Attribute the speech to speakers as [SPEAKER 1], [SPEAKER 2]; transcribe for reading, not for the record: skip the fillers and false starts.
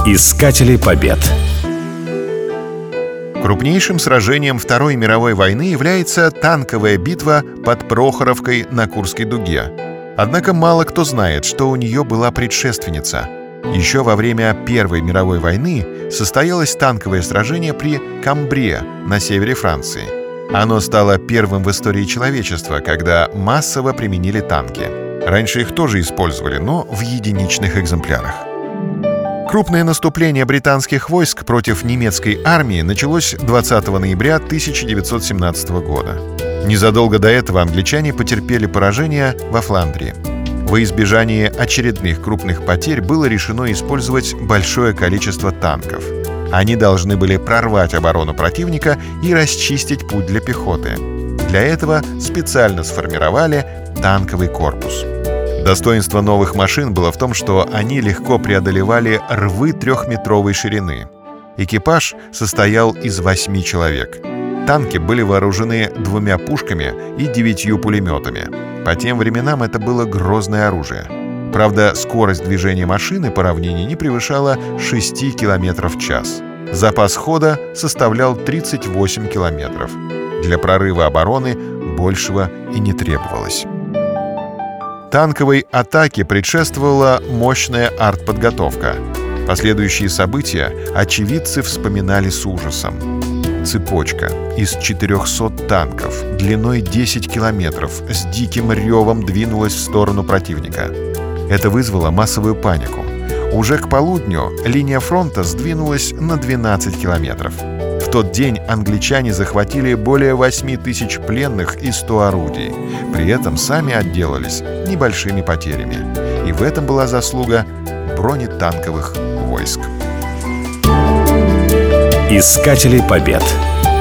[SPEAKER 1] Искатели побед.
[SPEAKER 2] Крупнейшим сражением Второй мировой войны является танковая битва под Прохоровкой на Курской дуге. Однако мало кто знает, что у нее была предшественница. Еще во время Первой мировой войны состоялось танковое сражение при Камбре на севере Франции. Оно стало первым в истории человечества, когда массово применили танки. Раньше их тоже использовали, но в единичных экземплярах. Крупное наступление британских войск против немецкой армии началось 20 ноября 1917 года. Незадолго до этого англичане потерпели поражение во Фландрии. Во избежание очередных крупных потерь было решено использовать большое количество танков. Они должны были прорвать оборону противника и расчистить путь для пехоты. Для этого специально сформировали танковый корпус. Достоинство новых машин было в том, что они легко преодолевали рвы 3-метровой ширины. Экипаж состоял из 8 человек. Танки были вооружены 2 пушками и 9 пулеметами. По тем временам это было грозное оружие. Правда, скорость движения машины по равнине не превышала 6 км в час. Запас хода составлял 38 км. Для прорыва обороны большего и не требовалось. Танковой атаке предшествовала мощная артподготовка. Последующие события очевидцы вспоминали с ужасом. Цепочка из 400 танков длиной 10 километров с диким ревом двинулась в сторону противника. Это вызвало массовую панику. Уже к полудню линия фронта сдвинулась на 12 километров. В тот день англичане захватили более 8 тысяч пленных и 100 орудий. При этом сами отделались небольшими потерями. И в этом была заслуга бронетанковых войск.
[SPEAKER 1] Искатели побед.